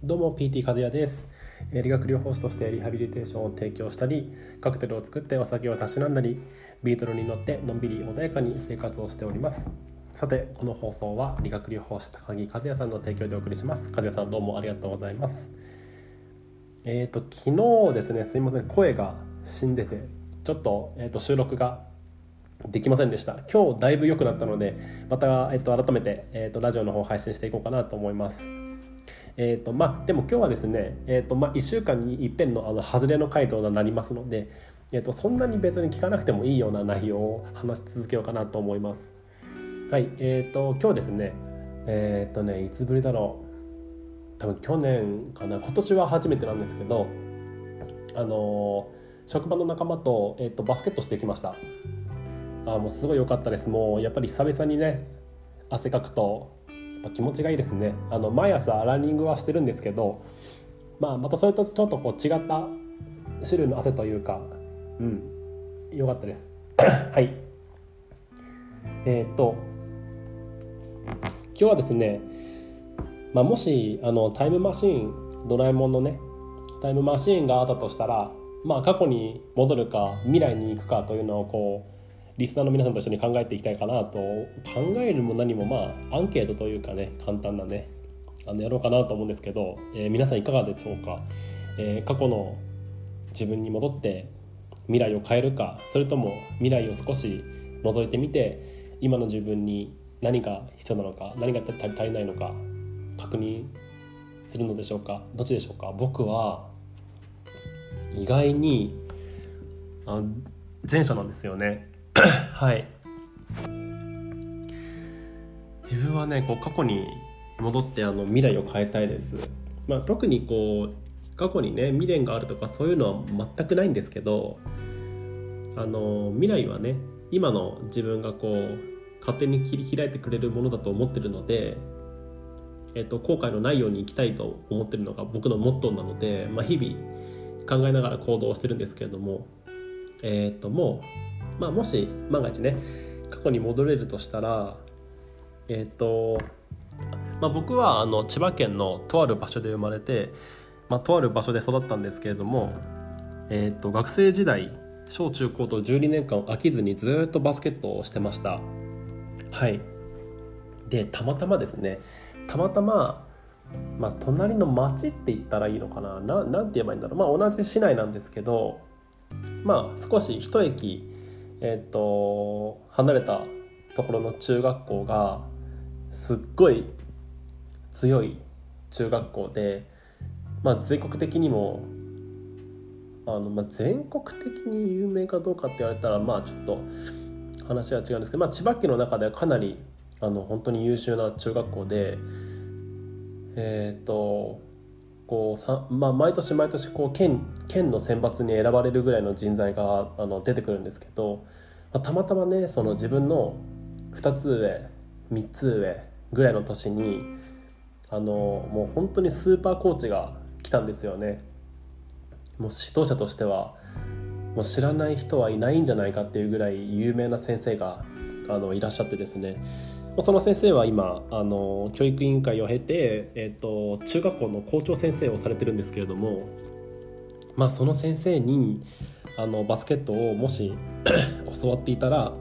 どうも PT 和也です。理学療法士としてリハビリテーションを提供したり、カクテルを作ってお酒をたしなんだり、ビートルに乗ってのんびり穏やかに生活をしております。さて、この放送は理学療法士高木和也さんの提供でお送りします。和也さん、どうもありがとうございます。昨日ですね、すいません、声が死んでてちょっと、収録ができませんでした。今日だいぶ良くなったので、また、改めて、ラジオの方配信していこうかなと思います。でも今日はですね、1週間に一遍の外れの回答になりますので、そんなに別に聞かなくてもいいような内容を話し続けようかなと思います。はい、今日ですね、いつぶりだろう、多分去年かな、今年は初めてなんですけど、職場の仲間と、バスケットしてきました。もうすごい良かったです。もうやっぱり久々にね、汗かくと気持ちがいいですね。毎朝ランニングはしてるんですけど、またそれとちょっと違った種類の汗というか、良かったですはい。今日はですね、もしタイムマシーン、ドラえもんのねタイムマシーンがあったとしたら、過去に戻るか未来に行くかというのをリスナーの皆さんと一緒に考えていきたいかなと。考えるも何もアンケートというかね、簡単なねやろうかなと思うんですけど、皆さんいかがでしょうか。過去の自分に戻って未来を変えるか、それとも未来を少し覗いてみて今の自分に何が必要なのか、何が足りないのか確認するのでしょうか。どっちでしょうか。僕は意外に前者なんですよねはい。自分はね過去に戻って未来を変えたいです。特に過去にね未練があるとかそういうのは全くないんですけど、未来はね今の自分が勝手に切り開いてくれるものだと思ってるので、後悔のないように生きたいと思ってるのが僕のモットーなので、日々考えながら行動してるんですけれども、もし万が一ね過去に戻れるとしたら、僕は千葉県のとある場所で生まれて、とある場所で育ったんですけれども、学生時代小中高と12年間飽きずにずっとバスケットをしてました。はい。でたまたま隣の町って言ったらいいのかな、なんて言えばいいんだろう。同じ市内なんですけど、少し一駅離れたところの中学校がすっごい強い中学校で、全国的にも全国的に有名かどうかって言われたらちょっと話は違うんですけど、千葉県の中ではかなり本当に優秀な中学校で、毎年県の選抜に選ばれるぐらいの人材が出てくるんですけど、たまたまねその自分の2つ上3つ上ぐらいの年にもう本当にスーパーコーチが来たんですよね。もう指導者としてはもう知らない人はいないんじゃないかっていうぐらい有名な先生がいらっしゃってですね、その先生は今教育委員会を経て、中学校の校長先生をされてるんですけれども、その先生にバスケットをもし教わっていたら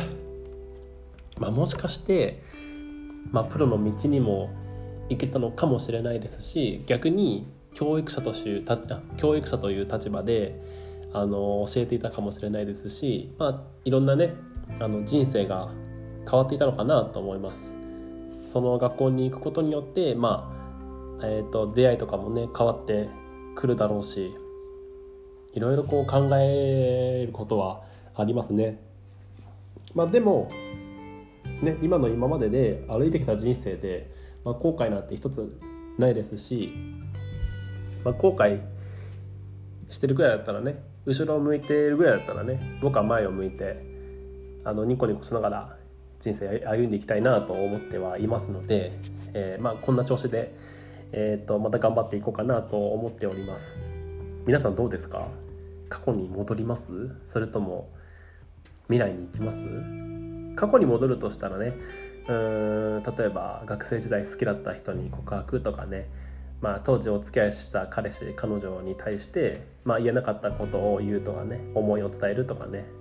もしかしてプロの道にも行けたのかもしれないですし、逆に教育者という立場で教えていたかもしれないですし、いろんなね人生が変わっていたのかなと思います。その学校に行くことによって出会いとかもね変わってくるだろうし、いろいろ考えることはありますね。でもね、今までで歩いてきた人生で、後悔なんて一つないですし、後悔してるぐらいだったらね、後ろを向いてるぐらいだったらね、僕は前を向いてニコニコしながら人生歩んでいきたいなと思ってはいますので、こんな調子で、また頑張っていこうかなと思っております。皆さんどうですか？過去に戻ります？それとも未来に行きます？過去に戻るとしたらね、例えば学生時代好きだった人に告白とかね、 当時お付き合いした彼女に対して、言えなかったことを言うとかね、思いを伝えるとかね、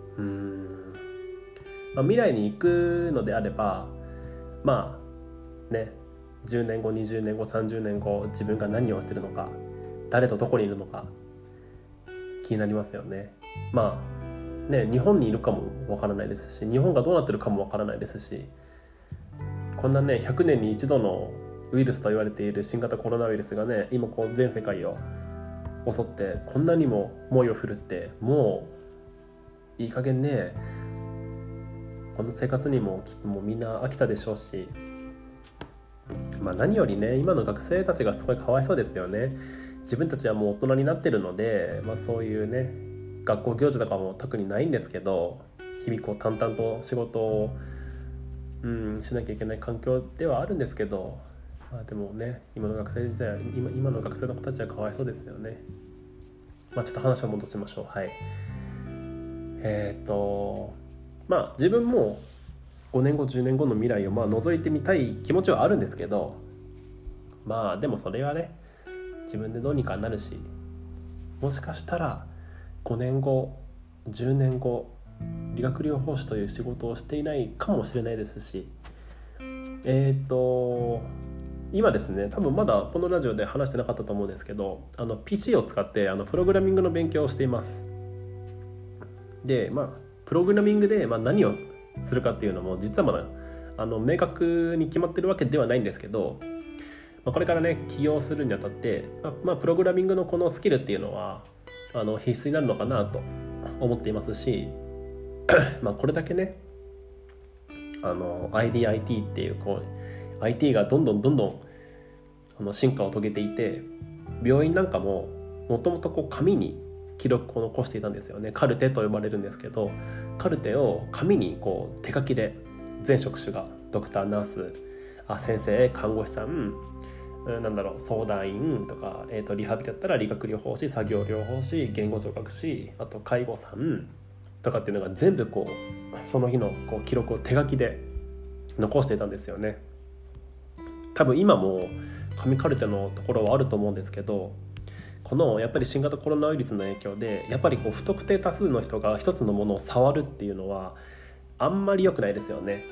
未来に行くのであれば10年後20年後30年後自分が何をしてるのか、誰とどこにいるのか気になりますよね。日本にいるかもわからないですし、日本がどうなってるかもわからないですし、こんなね100年に一度のウイルスと言われている新型コロナウイルスがね、今全世界を襲ってこんなにも猛威を振るって、もういい加減ね、この生活にもきっともうみんな飽きたでしょうし、何よりね今の学生たちがすごいかわいそうですよね。自分たちはもう大人になってるので、そういうね学校行事とかも特にないんですけど、日々淡々と仕事をしなきゃいけない環境ではあるんですけど、でもね今の学生の子たちはかわいそうですよね。ちょっと話を戻しましょう。自分も5年後10年後の未来を覗いてみたい気持ちはあるんですけど、でもそれはね自分でどうにかなるし、もしかしたら5年後10年後理学療法士という仕事をしていないかもしれないですし、今ですね、多分まだこのラジオで話してなかったと思うんですけど、PC を使ってプログラミングの勉強をしています。でプログラミングで何をするかっていうのも実はまだ明確に決まってるわけではないんですけど、これからね起業するにあたって、プログラミングのこのスキルっていうのは必須になるのかなと思っていますしこれだけねIDIT っていうIT がどんどん進化を遂げていて、病院なんかももともと紙に記録を残していたんですよね。カルテと呼ばれるんですけど、カルテを紙に手書きで全職種がドクター、ナース、先生、看護師さん、相談員とか、リハビリだったら理学療法士、作業療法士、言語聴覚士、あと介護さんとかっていうのが全部その日の記録を手書きで残していたんですよね。多分今も紙カルテのところはあると思うんですけど、やっぱり新型コロナウイルスの影響でやっぱり不特定多数の人が一つのものを触るっていうのはあんまり良くないですよね。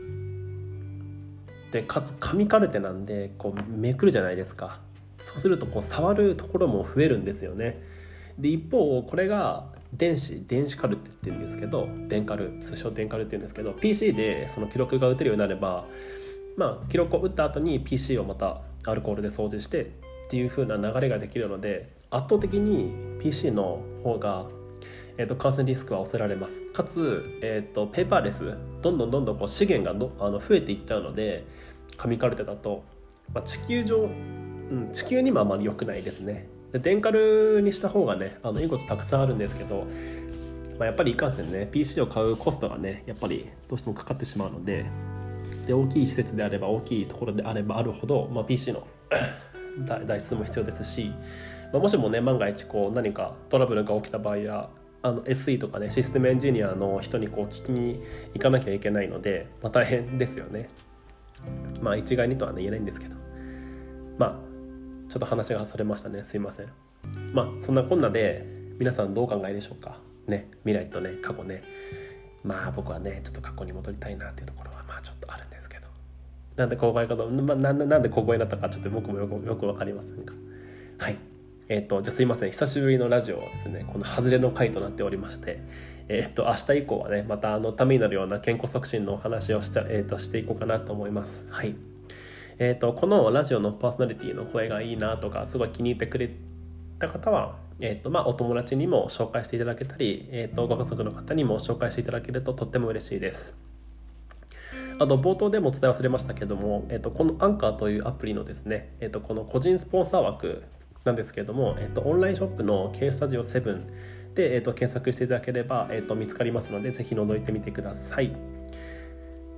でかつ紙カルテなんでめくるじゃないですか。そうすると触るところも増えるんですよね。で一方これが電子カルテって言うんですけど、通称電カルって言うんですけど、 PC でその記録が打てるようになれば、記録を打った後に PC をまたアルコールで掃除してっていう風な流れができるので、圧倒的に PC の方が、感染リスクは抑えられます。かつ、ペーパーレスどんどん資源が増えていっちゃうので、紙カルテだと、地球にもあまり良くないですね。で電カルにした方がねいいことたくさんあるんですけど、やっぱりいかんせんね PC を買うコストがねやっぱりどうしてもかかってしまうので、大きい施設であれば大きいところであればあるほど、PC の台数も必要ですし、もしもね万が一何かトラブルが起きた場合やSE とかねシステムエンジニアの人に聞きに行かなきゃいけないので、大変ですよね。一概にとはね言えないんですけど、ちょっと話がそれましたね、すいません。そんなこんなで皆さんどうお考えでしょうかね。未来とね過去ね、僕はねちょっと過去に戻りたいなっていうところはちょっとあるんですけど、なんでなんで小声になったかちょっと僕もよく分かりませんが、じゃあすいません、久しぶりのラジオはですねこの外れの回となっておりまして、明日以降はねまたためになるような健康促進のお話をしていこうかなと思います。このラジオのパーソナリティの声がいいなとかすごい気に入ってくれた方は、お友達にも紹介していただけたり、ご家族の方にも紹介していただけるととっても嬉しいです。冒頭でも伝え忘れましたけども、このアンカーというアプリのですね、この個人スポンサー枠なんですけれども、オンラインショップの K スタジオ7で、検索していただければ、見つかりますので、ぜひ覗いてみてください。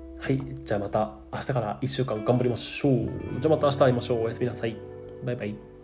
じゃあまた明日から1週間頑張りましょう。じゃあまた明日会いましょう。おやすみなさい。バイバイ。